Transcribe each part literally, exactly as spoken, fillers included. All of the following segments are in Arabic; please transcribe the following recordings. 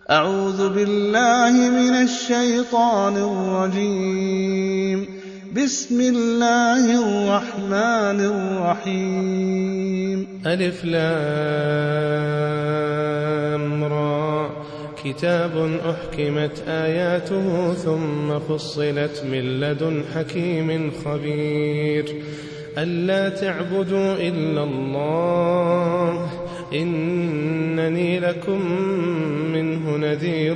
أعوذ بالله من الشيطان الرجيم. بسم الله الرحمن الرحيم. ألف لام را. كتاب أحكمت آياته ثم فصلت من لدن حكيم خبير. ألا تعبدوا إلا الله إنني لكم منه نذير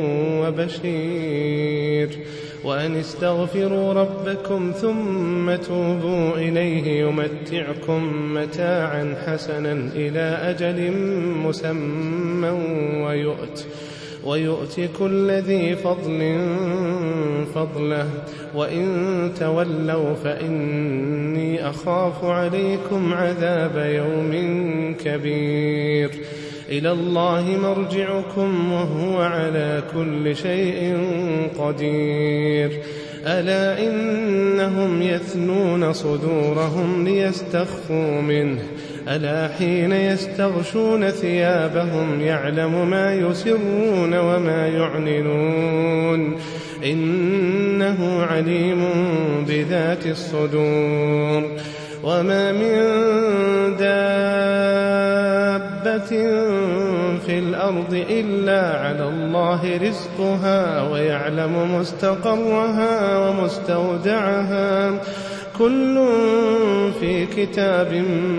وبشير. وأن استغفروا ربكم ثم توبوا إليه يمتعكم متاعا حسنا إلى أجل مسمى ويؤت ويؤت كل ذي فضل فضله وإن تولوا فإني أخاف عليكم عذاب يوم كبير. إلى الله مرجعكم وهو على كل شيء قدير. ألا إنهم يثنون صدورهم ليستخفوا منه ألا حين يستغشون ثيابهم يعلم ما يسرون وما يعلنون إنه عليم بذات الصدور. وما من دابة في الأرض إلا على الله رزقها ويعلم مستقرها ومستودعها كل في كتاب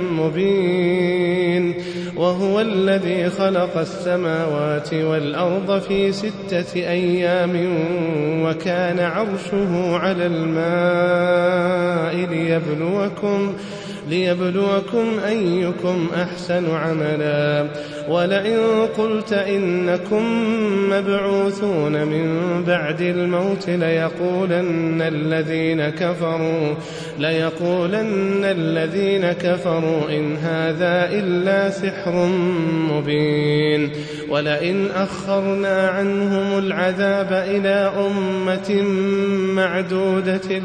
مبين. وهو الذي خلق السماوات والأرض في ستة أيام وكان عرشه على الماء ليبلوكم ليبلوكم أيكم أحسن عملا. ولئن قلت إنكم مبعوثون من بعد الموت ليقولن الذين كفروا ليقولن الذين كفروا إن هذا إلا سحر مبين. ولئن أخرنا عنهم العذاب إلى أمة معدودة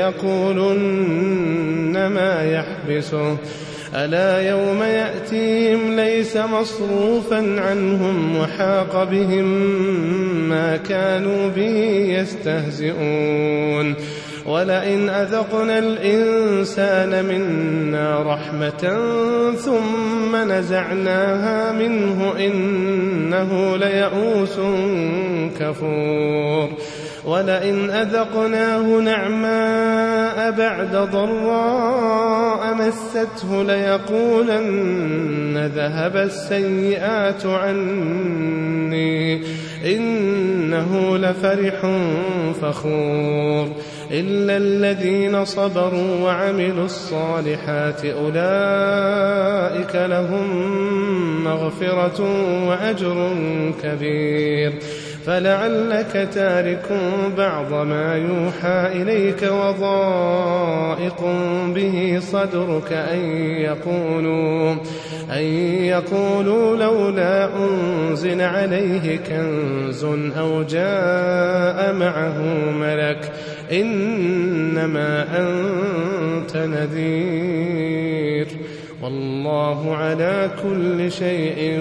ليقولن ما يحبسه ألا يوم يأتيهم ليس مصروفا عنهم وحاق بهم ما كانوا به يستهزئون. ولئن أذقنا الإنسان منا رحمة ثم نزعناها منه إنه ليئوس كفور. ولئن أذقناه نعماء بعد ضراء مسته ليقولن ذهب السيئات عني إنه لفرح فخور. إلا الذين صبروا وعملوا الصالحات أولئك لهم مغفرة وأجر كبير. فلعلك تارك بعض ما يوحى إليك وضائق به صدرك أن يقولوا, أن يقولوا لولا أنزل عليه كنز أو جاء معه ملك إنما أنت نذير والله على كل شيء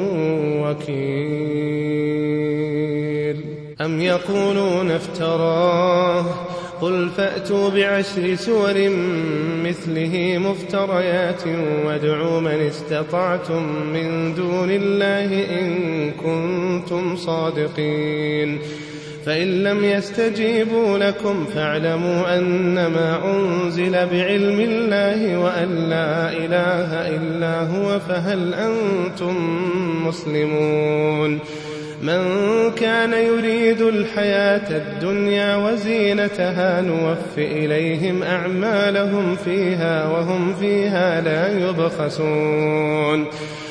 وكيل. أم يقولون افتراه قل فأتوا بعشر سور مثله مفتريات وادعوا من استطعتم من دون الله إن كنتم صادقين. فإن لم يستجيبوا لكم فاعلموا أنما أنزل بعلم الله وأن لا إله إلا هو فهل أنتم مسلمون. من كان يريد الحياة الدنيا وزينتها نوف إليهم أعمالهم فيها وهم فيها لا يبخسون.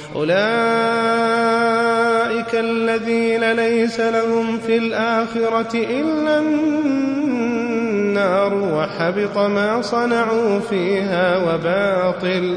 أولئك الذين ليس لهم في الآخرة إلا النار وحبط ما صنعوا فيها وباطل,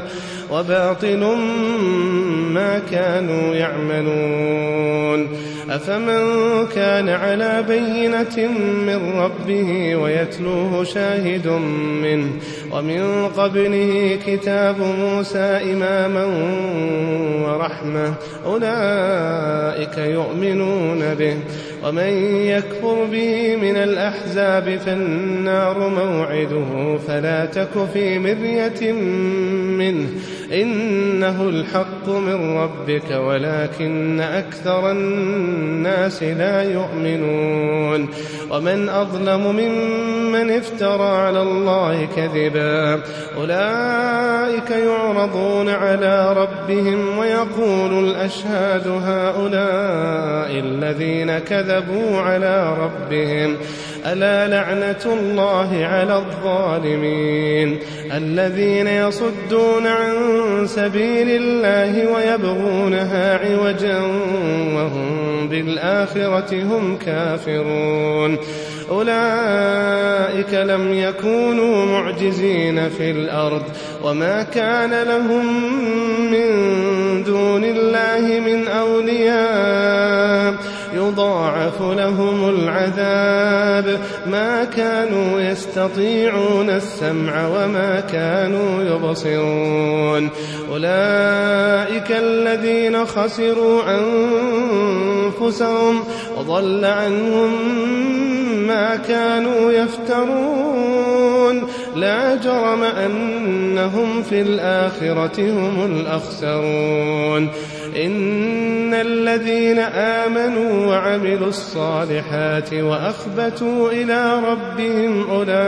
وباطل ما كانوا يعملون. أفمن كان على بينة من ربه ويتلوه شاهد منه ومن قبله كتاب موسى إماما ورحمة أولئك يؤمنون به، ومن يكفر به من الأحزاب فالنار موعده فلا تك في مرية منه إنه الحق من ربك ولكن أكثر الناس لا يؤمنون. ومن أظلم ممن افترى على الله كذبا أولئك يعرضون على ربهم ويقول الأشهاد هؤلاء الذين كذبوا على ربهم ألا لعنة الله على الظالمين الذين يصدون عن سبيل الله ويبغونها عوجا وهم بالآخرة هم كافرون. أولئك لم يكونوا معجزين في الأرض وما كان لهم من دون الله من أولياء يضاعف لهم العذاب ما كانوا يستطيعون السمع وما كانوا يبصرون. أولئك الذين خسروا أنفسهم وضل عنهم ما كانوا يفترون لا جرم أنهم في الآخرة هم الأخسرون. إن الذين آمنوا وعملوا الصالحات وأخبتوا إلى ربهم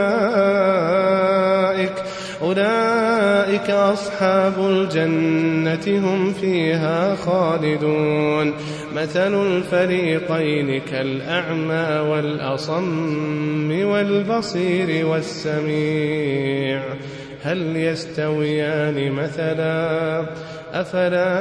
أولئك أولئك أصحاب الجنة هم فيها خالدون. مثل الفريقين كالأعمى والأصم والبصير والسميع هل يستويان مثلا أفلا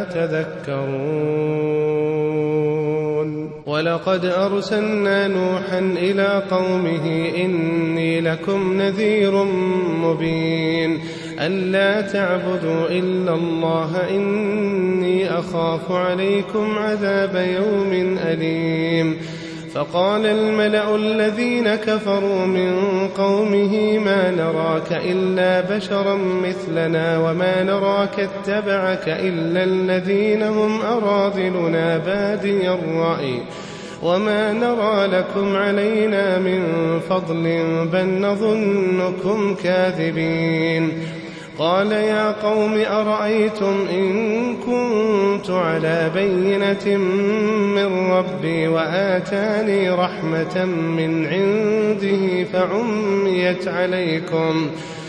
تذكرون. ولقد أرسلنا نوحا إلى قومه إني لكم نذير مبين ألا تعبدوا إلا الله إني أخاف عليكم عذاب يوم أليم. فقال الملأ الذين كفروا من قومه ما نراك إلا بشرا مثلنا وما نراك اتبعك إلا الذين هم أراذلنا بادي الرأي وما نرى لكم علينا من فضل بل نظنكم كاذبين. قال يا قوم أرأيتم إن كنت على بينة من ربي وآتاني رحمة من عنده فعميت عليكم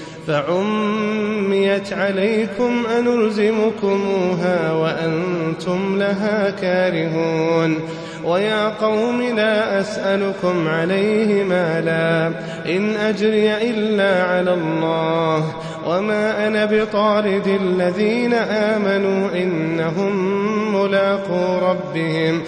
فعميت عليكم أنلزمكموها وأنتم لها كارهون. ويا قوم لا أسألكم عليه مالا إن أجري إلا على الله وما أنا بطارد الذين آمنوا إنهم ملاقو ربهم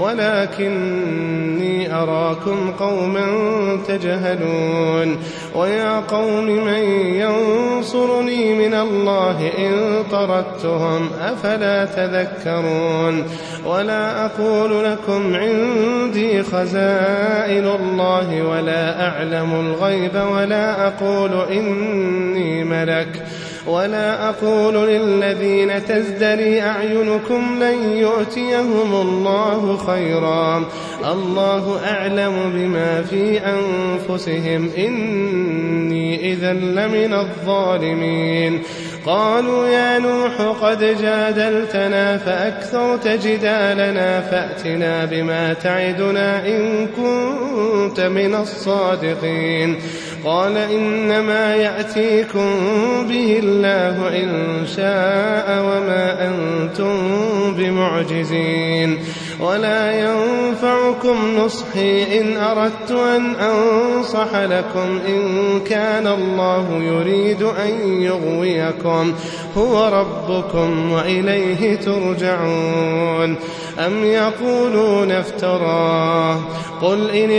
ولكني أراكم قوما تجهلون. ويا قوم من ينصرني من الله إن طردتهم أفلا تذكرون. ولا أقول لكم عندي خزائن الله ولا أعلم الغيب ولا أقول إني ملك ولا أقول للذين تزدري أعينكم لن يؤتيهم الله خيرا الله أعلم بما في أنفسهم إني إذا لمن الظالمين. قالوا يا نوح قد جادلتنا فأكثرت جدالنا فأتنا بما تعدنا إن كنت من الصادقين. قال إنما يأتيكم به الله إن شاء وما أنتم بمعجزين. ولا ينفعكم نصحي إن أردت أن أنصح لكم إن كان الله يريد أن يغويكم هو ربكم وإليه ترجعون. أم يقولون افتراه قل إن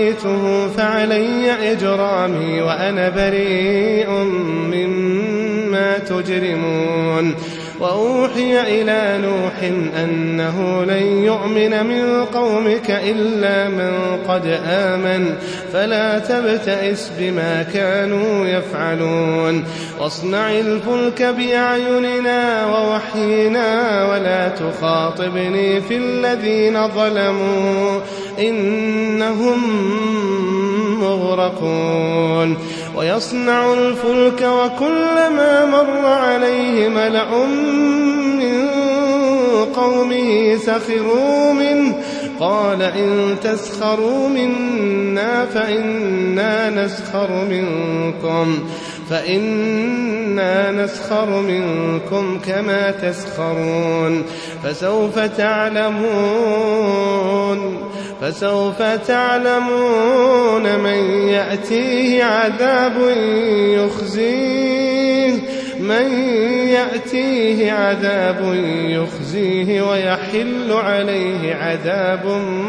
افتريته فعلي إجرامي وأنا بريء مما بما تجرمون وأوحي إلى نوح أنه لن يؤمن من قومك إلا من قد آمن فلا تبتئس بما كانوا يفعلون واصنع الفلك بأعيننا ووحينا ولا تخاطبني في الذين ظلموا إنهم مغرقون ويصنع الفلك وكلما مر عليه ملأ من قومه سخروا منه قال إن تسخروا منا فإنا نسخر منكم فإنا نسخر منكم كما تسخرون فسوف تعلمون فسوف تعلمون من يأتيه عذاب يخزيه من يأتيه عذاب يخزيه ويحل عليه عذاب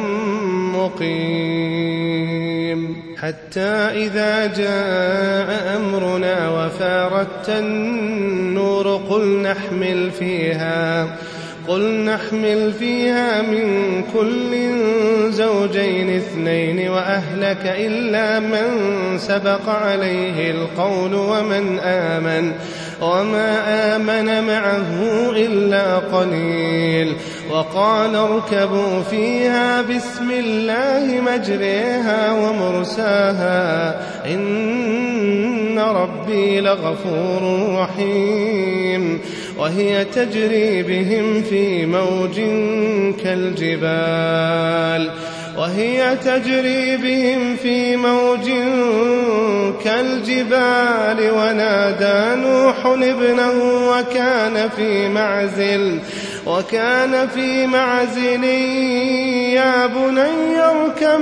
مقيم حتى إذا جاء أمرنا وفارت النور قل نحمل فيها قل نحمل فيها من كل زوجين اثنين وأهلك إلا من سبق عليه القول ومن آمن وما آمن معه إلا قليل وقال اركبوا فيها بسم الله مجريها ومرساها إن ربي لغفور رحيم وهي تجري بهم في موج كالجبال وهي تجري بهم في موج كالجبال ونادى نوح ابنه وكان في معزل وكان في معزل يا بني اركب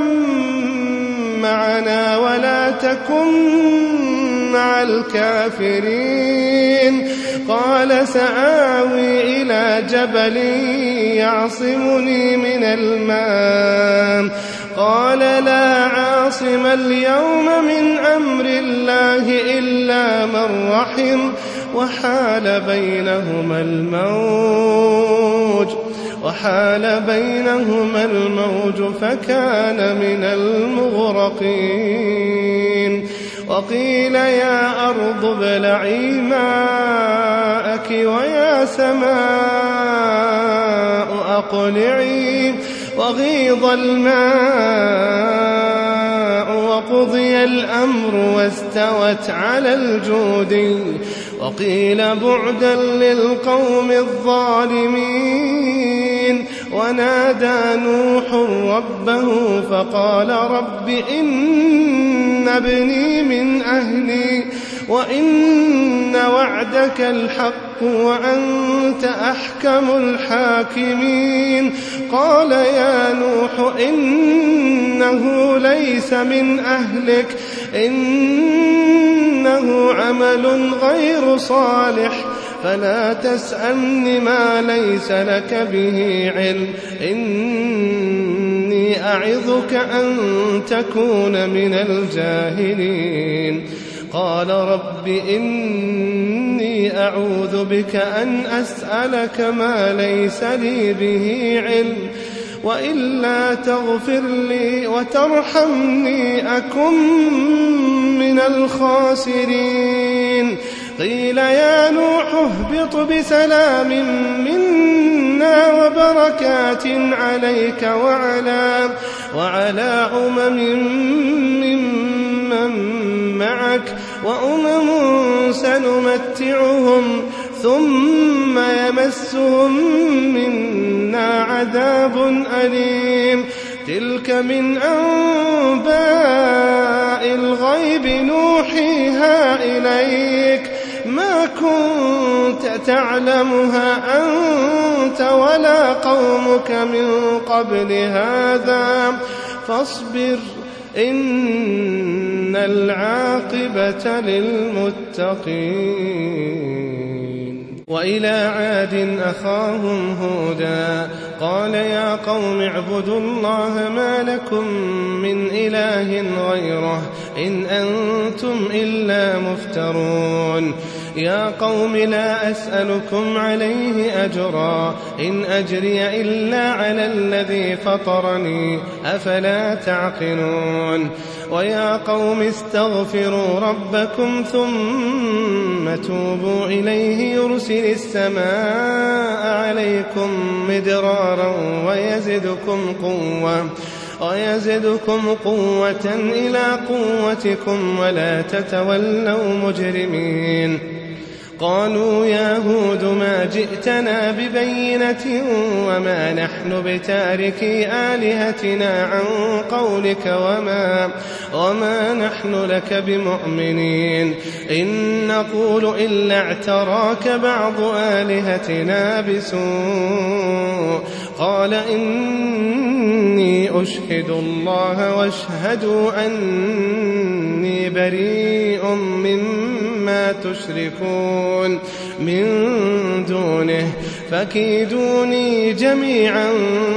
معنا ولا تكن مع الكافرين قال سآوي إلى جبل يعصمني من الماء قال لا عاصم اليوم من أمر الله إلا من رحم وحال بينهما الموج وحال بينهما الموج فكان من المغرقين وقيل يا أرض ابلعي ماءك ويا سماء أقلعي وغيض الماء وقضي الأمر واستوت على الجود وقيل بعدا للقوم الظالمين ونادى نوح ربه فقال رب إن ابني من أهلي وإن وعدك الحق وأنت أحكم الحاكمين قال يا نوح إنه ليس من أهلك إنه عمل غير صالح فلا تسألني ما ليس لك به علم إني أعظك أن تكون من الجاهلين قال رب إني أعوذ بك أن أسألك ما ليس لي به علم وإلا تغفر لي وترحمني أكن من الخاسرين قيل يا نوح اهبط بسلام منا وبركات عليك وعلى, وعلى أمم ممن معك وأمم سنمتعهم ثم يمسهم منا عذاب أليم تلك من أنباء الغيب نوحيها إليك ما كنت تعلمها أنت ولا قومك من قبل هذا فاصبر إن العاقبة للمتقين وإلى عاد أخاهم هودا قال يا قوم اعبدوا الله ما لكم من إله غيره إن أنتم إلا مفترون يا قوم لا أسألكم عليه أجرا إن أجري إلا على الذي فطرني أفلا تعقلون ويا قوم استغفروا ربكم ثم توبوا إليه يرسل السماء عليكم مدرارا ويزدكم قوة ويزدكم قوة إلى قوتكم ولا تتولوا مجرمين قالوا يا هود ما جئتنا ببينة وما نحن بتاركي آلهتنا عن قولك وما, وما نحن لك بمؤمنين إن نقول إلا اعتراك بعض آلهتنا بسوء قال إني أشهد الله واشهدوا أني بريء مما تشركون من دونه فكيدوني جميعا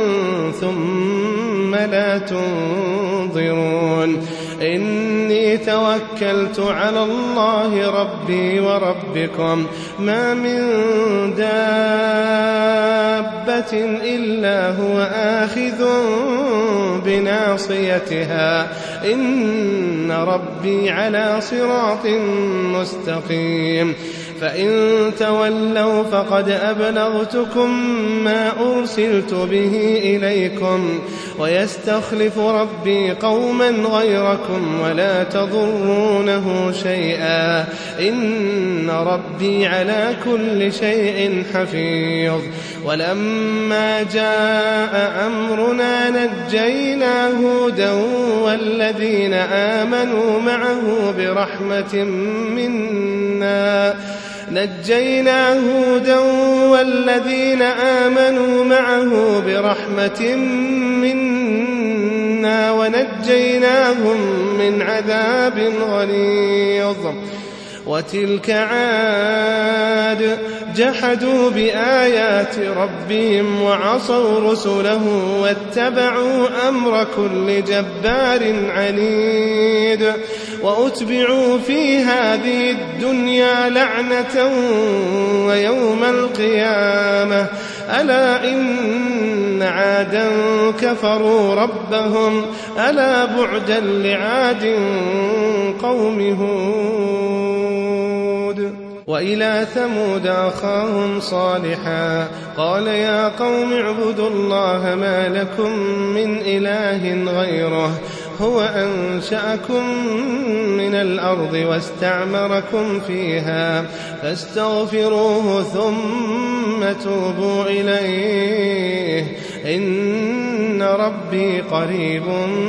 ثم لا تنظرون إني توكلت على الله ربي وربكم ما من دابة إلا هو آخذ بناصيتها إن ربي على صراط مستقيم فإن تولوا فقد أبلغتكم ما أرسلت به إليكم ويستخلف ربي قوما غيركم ولا تضرونه شيئا إن ربي على كل شيء حفيظ ولما جاء أمرنا نجينا هودا والذين آمنوا معه برحمة منا نجينا هودا والذين آمنوا معه برحمة منا ونجيناهم من عذاب غليظ وتلك عاد جحدوا بآيات ربهم وعصوا رسله واتبعوا أمر كل جبار عنيد وأتبعوا في هذه الدنيا لعنة ويوم القيامة ألا إن عادا كفروا ربهم ألا بعدا لعاد قوم هود وإلى ثمود أخاهم صالحا قال يا قوم اعبدوا الله ما لكم من إله غيره هو أنشأكم من الأرض واستعمركم فيها فاستغفروه ثم توبوا إليه إن ربي قريب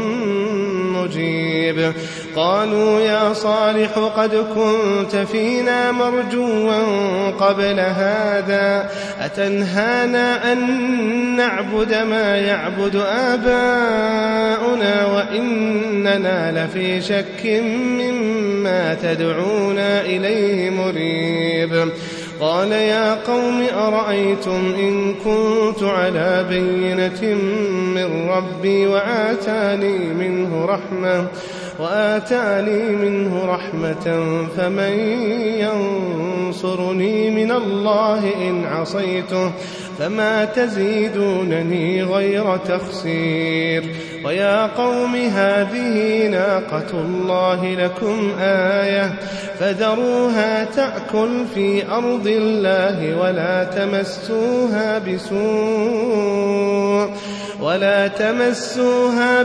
مجيب قالوا يا صالح قد كنت فينا مرجوا قبل هذا أتنهانا أن نعبد ما يعبد آباؤنا وإننا لفي شك مما تدعونا إليه مريب قال يا قوم أرأيتم إن كنت على بينة من ربي وآتاني منه رحمة وآتاني منه رحمة فمن ينصرني من الله إن عصيته فما تزيدونني غير تخسير ويا قوم هذه ناقة الله لكم آية فذروها تأكل في أرض الله ولا تمسوها بسوء ولا تمسوها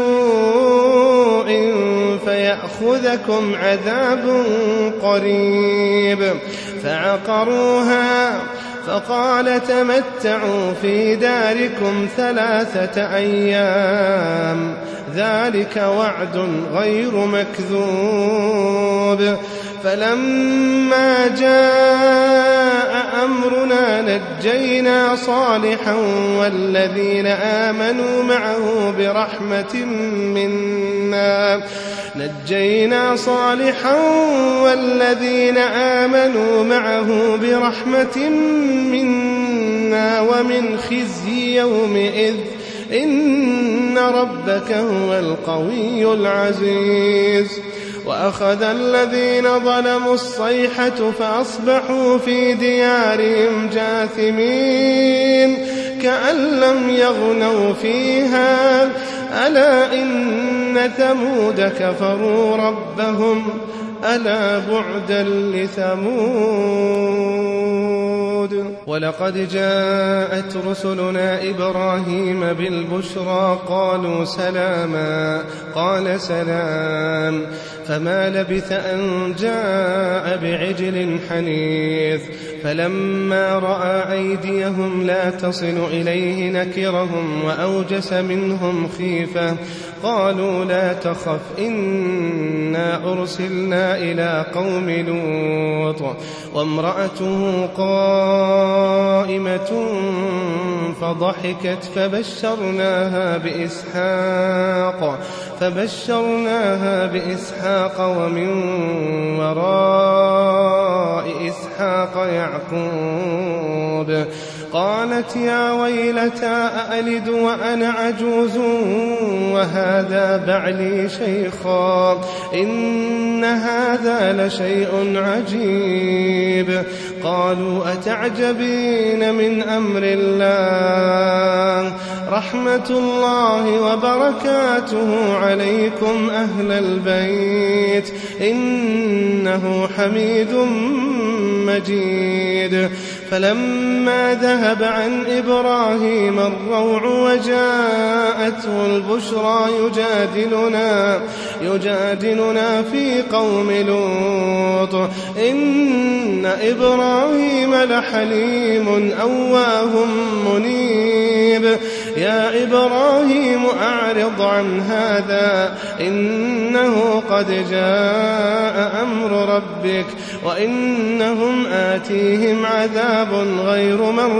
بسوء فيأخذكم عذاب قريب فعقروها فقال تمتعوا في داركم ثلاثة أيام ذلك وعد غير مكذوب فلما جاء أمرنا نجينا صالحا والذين آمنوا معه برحمة منا نجينا صالحا والذين آمنوا معه برحمة منا ومن خزي يومئذ إن ربك هو القوي العزيز وأخذ الذين ظلموا الصيحة فأصبحوا في ديارهم جاثمين كأن لم يغنوا فيها ألا إن ثمود كفروا ربهم ألا بعدا لثمود ولقد جاءت رسلنا إبراهيم بالبشرى قالوا سلاما قال سلام فما لبث أن جاء بعجل حنيذ فلما رأى أيديهم لا تصل إليه نكرهم وأوجس منهم خيفة قالوا لا تخف إنا أرسلنا إلى قوم لوط وامرأته قائمة فضحكت فبشرناها بإسحاق فبشرناها بإسحاق ومن وراء إسحاق يعقوب قالت يا ويلتى أألد وأنا عجوز وهذا بعلي شيخا إن هذا لشيء عجيب قالوا أتعجبين من أمر الله رحمة الله وبركاته عليكم أهل البيت إنه حميد مجيد فلما ذهب عن إبراهيم الروع وجاءته البشرى يجادلنا يجادلنا في قوم لوط إن إبراهيم لحليم أواه منيب يا إبراهيم أعرض عن هذا إنه قد جاء أمر ربك وإنهم آتيهم عذاب غير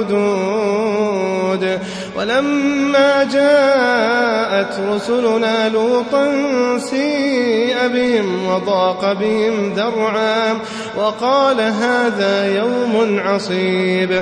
مردود ولما جاءت رسلنا لوطا سيء بهم وضاق بهم ذرعا وقال هذا يوم عصيب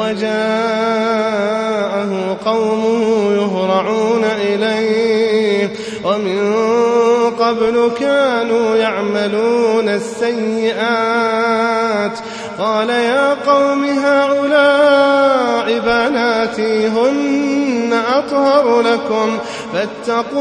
وجاءه قومه يهرعون إليه ومن قبل كانوا يعملون السيئات قال يا قوم هؤلاء بناتي هن أطهر لكم فاتقوا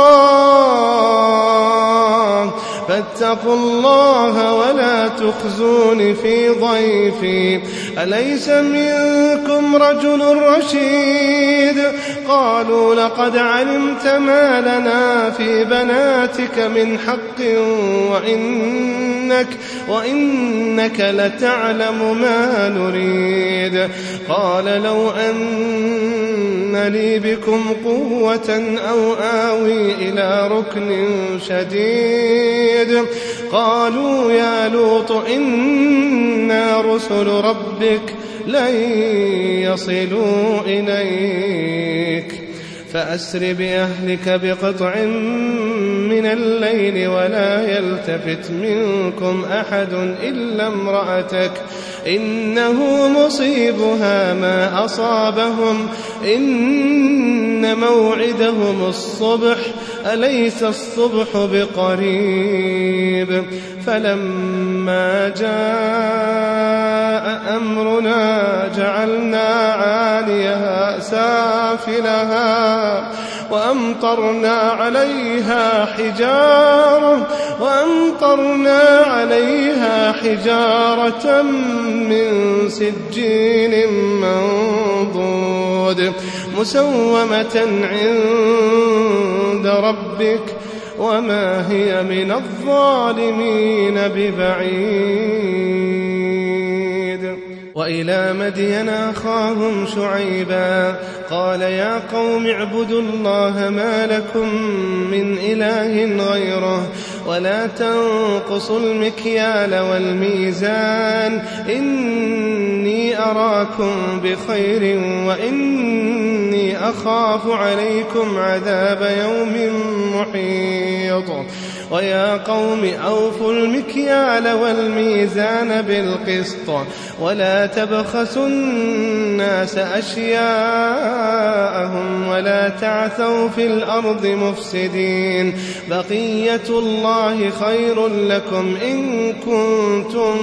الله فاتقوا الله ولا تخزون في ضيفي أليس منكم رجل رشيد قالوا لقد علمت ما لنا في بناتك من حق وإنك, وإنك لتعلم ما نريد قال لو أن لي بكم قوة أو آوي إلى ركن شديد قالوا يا لوط إنا رسل ربك لن يصلوا إليك فأسر بأهلك بقطع من الليل ولا يلتفت منكم أحد إلا امرأتك إنه مصيبها ما أصابهم إن موعدهم الصبح أليس الصبح بقريب فلما جاء أمرنا جعلنا عاليها سافلها وأمطرنا عليها حجارة وأمطرنا عليها حجارة من سجيل منضود مسومة عند ربك وما هي من الظالمين ببعيد وإلى مدين أخاهم شعيبا قال يا قوم اعبدوا الله ما لكم من إله غيره ولا تنقصوا المكيال والميزان إني أراكم بخير وإني أخاف عليكم عذاب يوم محيط ويا قوم أوفوا المكيال والميزان بالقسط ولا تبخسوا الناس أشياءهم ولا تعثوا في الأرض مفسدين بقية الله الله خير لكم إن كنتم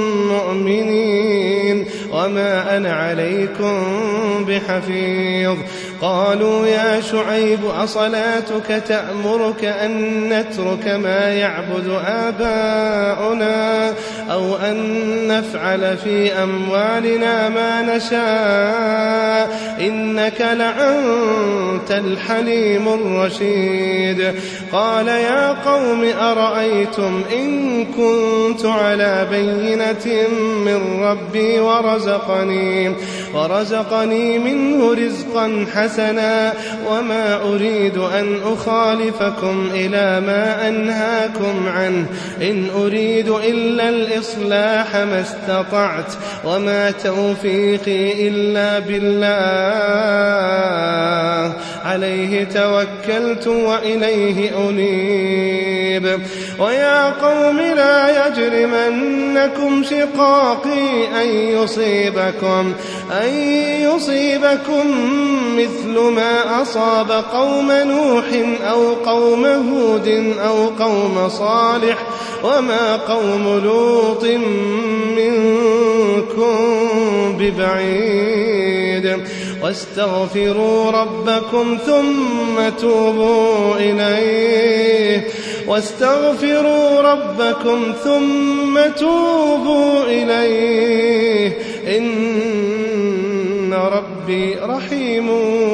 مؤمنين وما أنا عليكم بحفيظ. قالوا يا شعيب أصلاتك تأمرك أن نترك ما يعبد آباؤنا أو أن نفعل في أموالنا ما نشاء إنك لأنت الحليم الرشيد. قال يا قوم أرأيتم إن كنت على بينة من ربي ورزقني, ورزقني منه رزقا حسنا وما أريد أن أخالفكم إلى ما أنهاكم عنه إن أريد إلا الإصلاح ما استطعت وما توفيقي إلا بالله عليه توكلت وإليه أنيب. ويا قوم لا يجرمنكم شقاقي أن يصيبكم, أن يصيبكم مثل ما أصاب قوم نوح أو قوم هود أو قوم صالح وما قوم لوط منكم ببعيد. واستغفروا ربكم ثم توبوا إليه واستغفروا ربكم ثم توبوا إليه إن ربي رحيم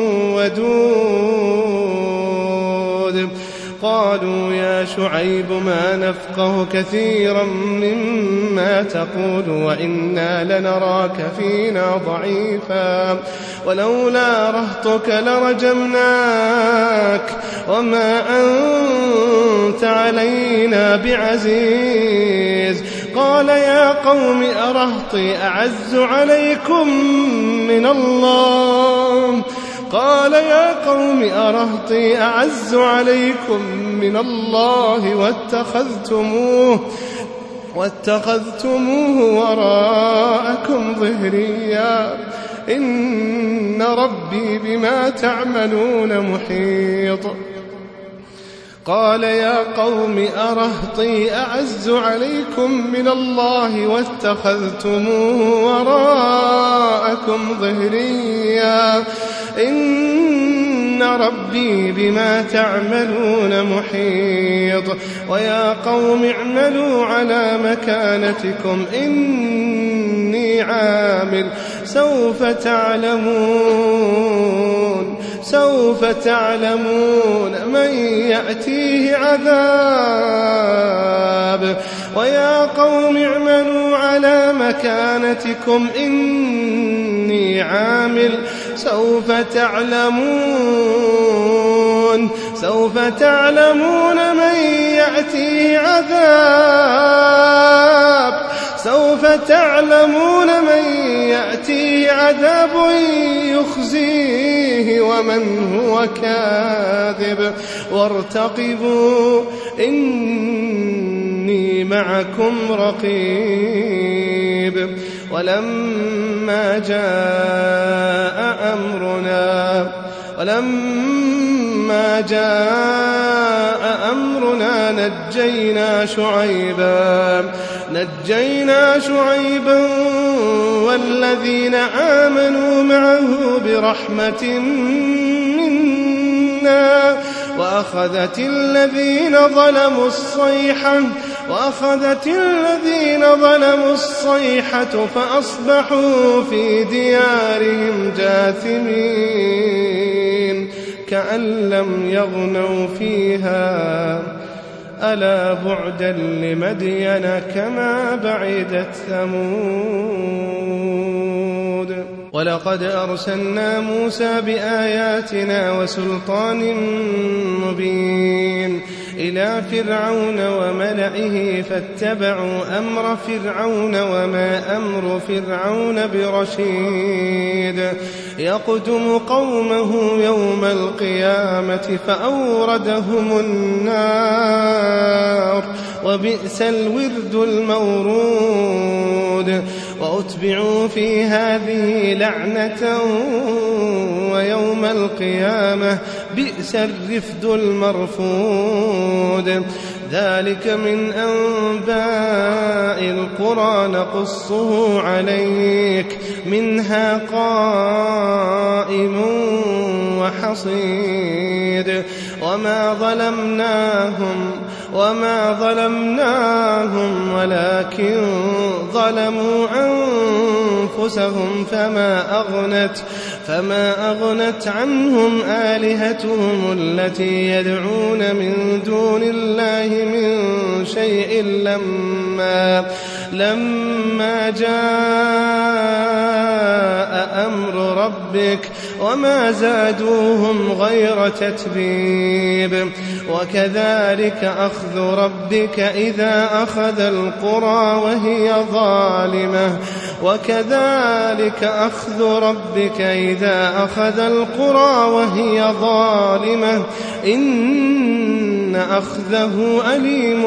ودود. قالوا يا شعيب ما نفقه كثيرا مما تقول وإنا لنراك فينا ضعيفا ولولا رهطك لرجمناك وما أنت علينا بعزيز. قال يا قوم أرهطي أعز عليكم من الله قال يا قوم أرهطي أعز عليكم من الله واتخذتموه واتخذتموه وراءكم ظهريا إن ربي بما تعملون محيط. قال يا قوم أرهطي أعز عليكم من الله واتخذتموه وراءكم ظهريا إن ربي بما تعملون محيط. ويا قوم اعملوا على مكانتكم إني عامل سوف تعلمون سوف تعلمون من يأتيه عذاب. ويا قوم اعملوا على مكانتكم إني عامل سوف تعلمون سوف تعلمون من يأتيه عذاب سوف تعلمون من يأتيه عذاب يخزيه ومن هو كاذب وارتقبوا إني معكم رقيب. ولما جاء أمرنا ولما جاء أمرنا نجينا شعيبا نجينا شعيبا والذين آمنوا معه برحمة منا وأخذت الذين ظلموا الصيحة وأخذت الذين ظلموا الصيحة فأصبحوا في ديارهم جاثمين كأن لم يغنوا فيها ألا بعدا لمدين كما بعدت ثمود. ولقد أرسلنا موسى بآياتنا وسلطان مبين إلى فرعون وملئه فاتبعوا أمر فرعون وما أمر فرعون برشيد يقدم قومه يوم القيامة فأوردهم النار وبئس الورد المورود. وأتبعوا في هذه لعنة ويوم القيامة بئس الرفد المرفود. ذلك من أنباء القرى نقصه عليك منها قائم وحصيد. وما ظلمناهم وما ظلمناهم ولكن ظلموا أنفسهم فما أغنت فما أغنت عنهم آلهتهم التي يدعون من دون الله من شيء لما لما جاء أمر ربك وما زادوهم غير تتبيب. وكذلك أخذ ربك إذا أخذ القرى وهي ظالمة وكذلك أخذ ربك إذا أخذ القرى وهي ظالمة إن أخذه أليم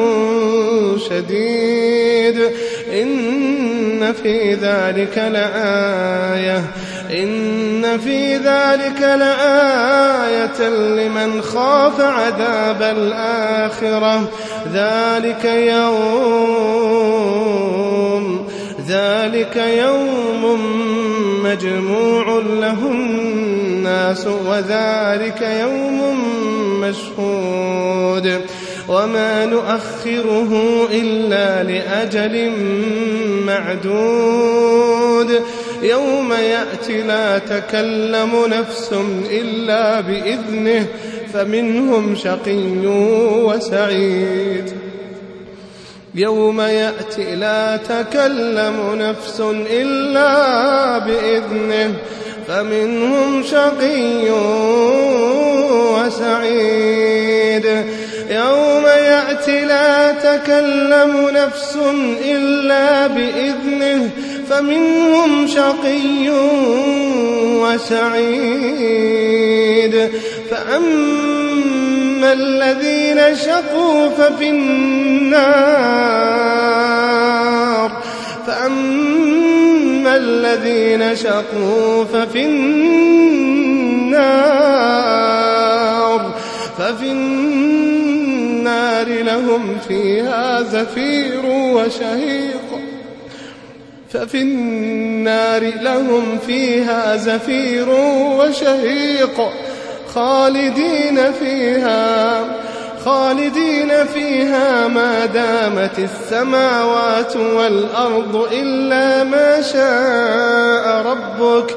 شديد. إن في ذلك لآية إن في ذلك لآية لمن خاف عذاب الآخرة. ذلك يوم ذلك يوم مجموع له الناس وذلك يوم مشهود. وما نؤخره إلا لأجل معدود. يوم يأتي لا تكلم نفس إلا بإذنه فمنهم شقي وسعيد. يوم يأتي لا تكلم نفس إلا بإذنه فمنهم شقي وسعيد. يوم يأتي لا تكلم نفس إلا بإذنه فمنهم شقي وسعيد. فأما الذين شقوا ففي النار فأما الذين شقوا ففي النار ففي النار لهم فيها زفير وشهيق ففي النار لهم فيها زفير وشهيق خالدين فيها خالدين فيها ما دامت السماوات والأرض إلا ما شاء ربك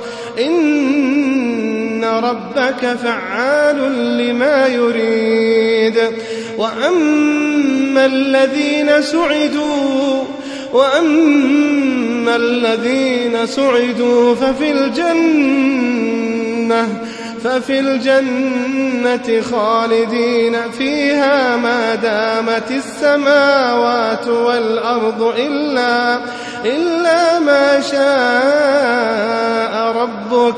إن ربك فعال لما يريد. وأما الذين سعدوا وأما الذين سعدوا ففي الجنة ففي الجنة خالدين فيها ما دامت السماوات والأرض إلا إلا ما شاء ربك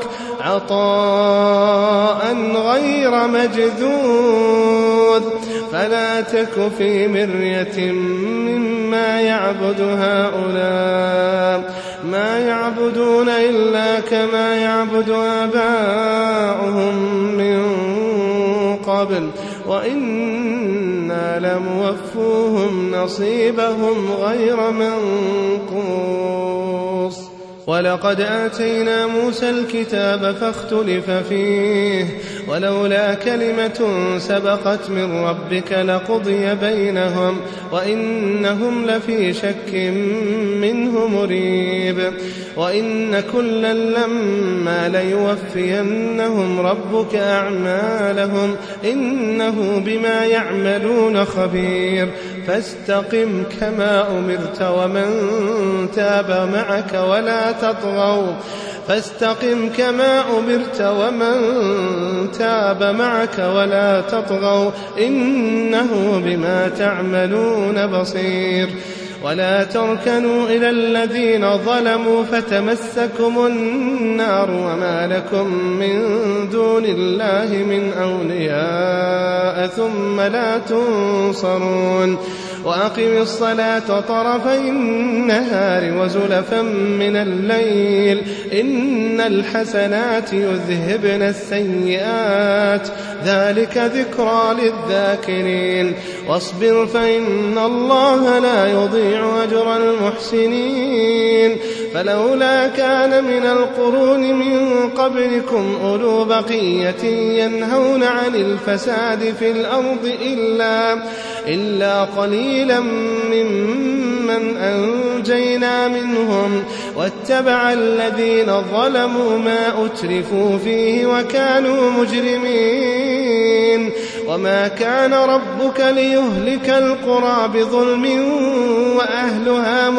عطاء غير مجذوذ. فلا تك في مرية مما يعبد هؤلاء ما يعبدون إلا كما يعبد آباؤهم من قبل وإنا لموفوهم نصيبهم غير منقوص. ولقد آتينا موسى الكتاب فاختلف فيه ولولا كلمة سبقت من ربك لقضي بينهم وإنهم لفي شك منه مريب. وإن كلا لما ليوفينهم ربك أعمالهم إنه بما يعملون خبير. فاستقم كما أمرت ومن تاب معك ولا تطغوا فاستقم كما أمرت ومن تاب معك ولا تطغوا إنه بما تعملون بصير. ولا تركنوا إلى الذين ظلموا فتمسكم النار وما لكم من دون الله من أولياء ثم لا تنصرون وأقم الصلاة طرفي النهار وزلفا من الليل إن الحسنات يذهبن السيئات ذلك ذكرى للذاكرين واصبر فإن الله لا يضيع أجر المحسنين فلولا كان من القرون من قبلكم أولو بقية ينهون عن الفساد في الأرض إلا, إلا قليلا ممن أنجينا منهم واتبع الذين ظلموا ما أترفوا فيه وكانوا مجرمين وما كان ربك ليهلك القرى بظلم وأهلها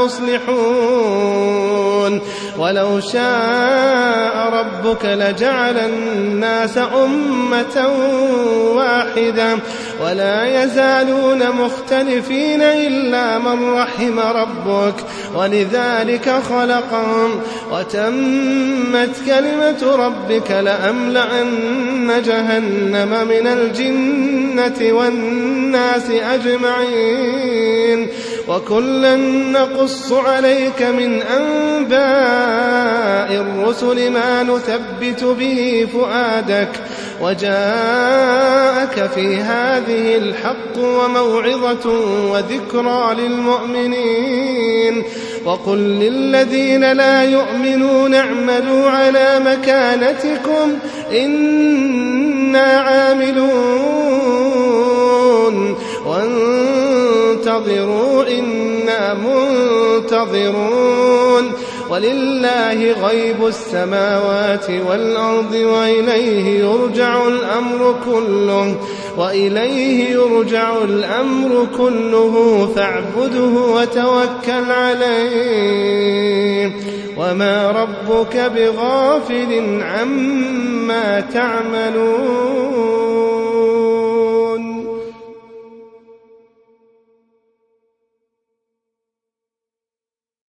مصلحون ولو شاء ربك لجعل الناس أمة واحدة ولا يزالون مختلفين إلا من رحم ربك ولذلك خلقهم وتمت كلمة ربك لأملأن جهنم من الجنة والناس أجمعين وكلا نقص عليك من أنباء الرسل ما نثبت به فؤادك وجاءك في هذه الحق وموعظة وذكرى للمؤمنين وقل للذين لا يؤمنون اعملوا على مكانتكم إنا عاملون وانتظروا إنا منتظرون ولله غيب السماوات والأرض وإليه يرجع الأمر كله وإليه يرجع الأمر كله فاعبده وتوكل عليه وما ربك بغافل عما تعملون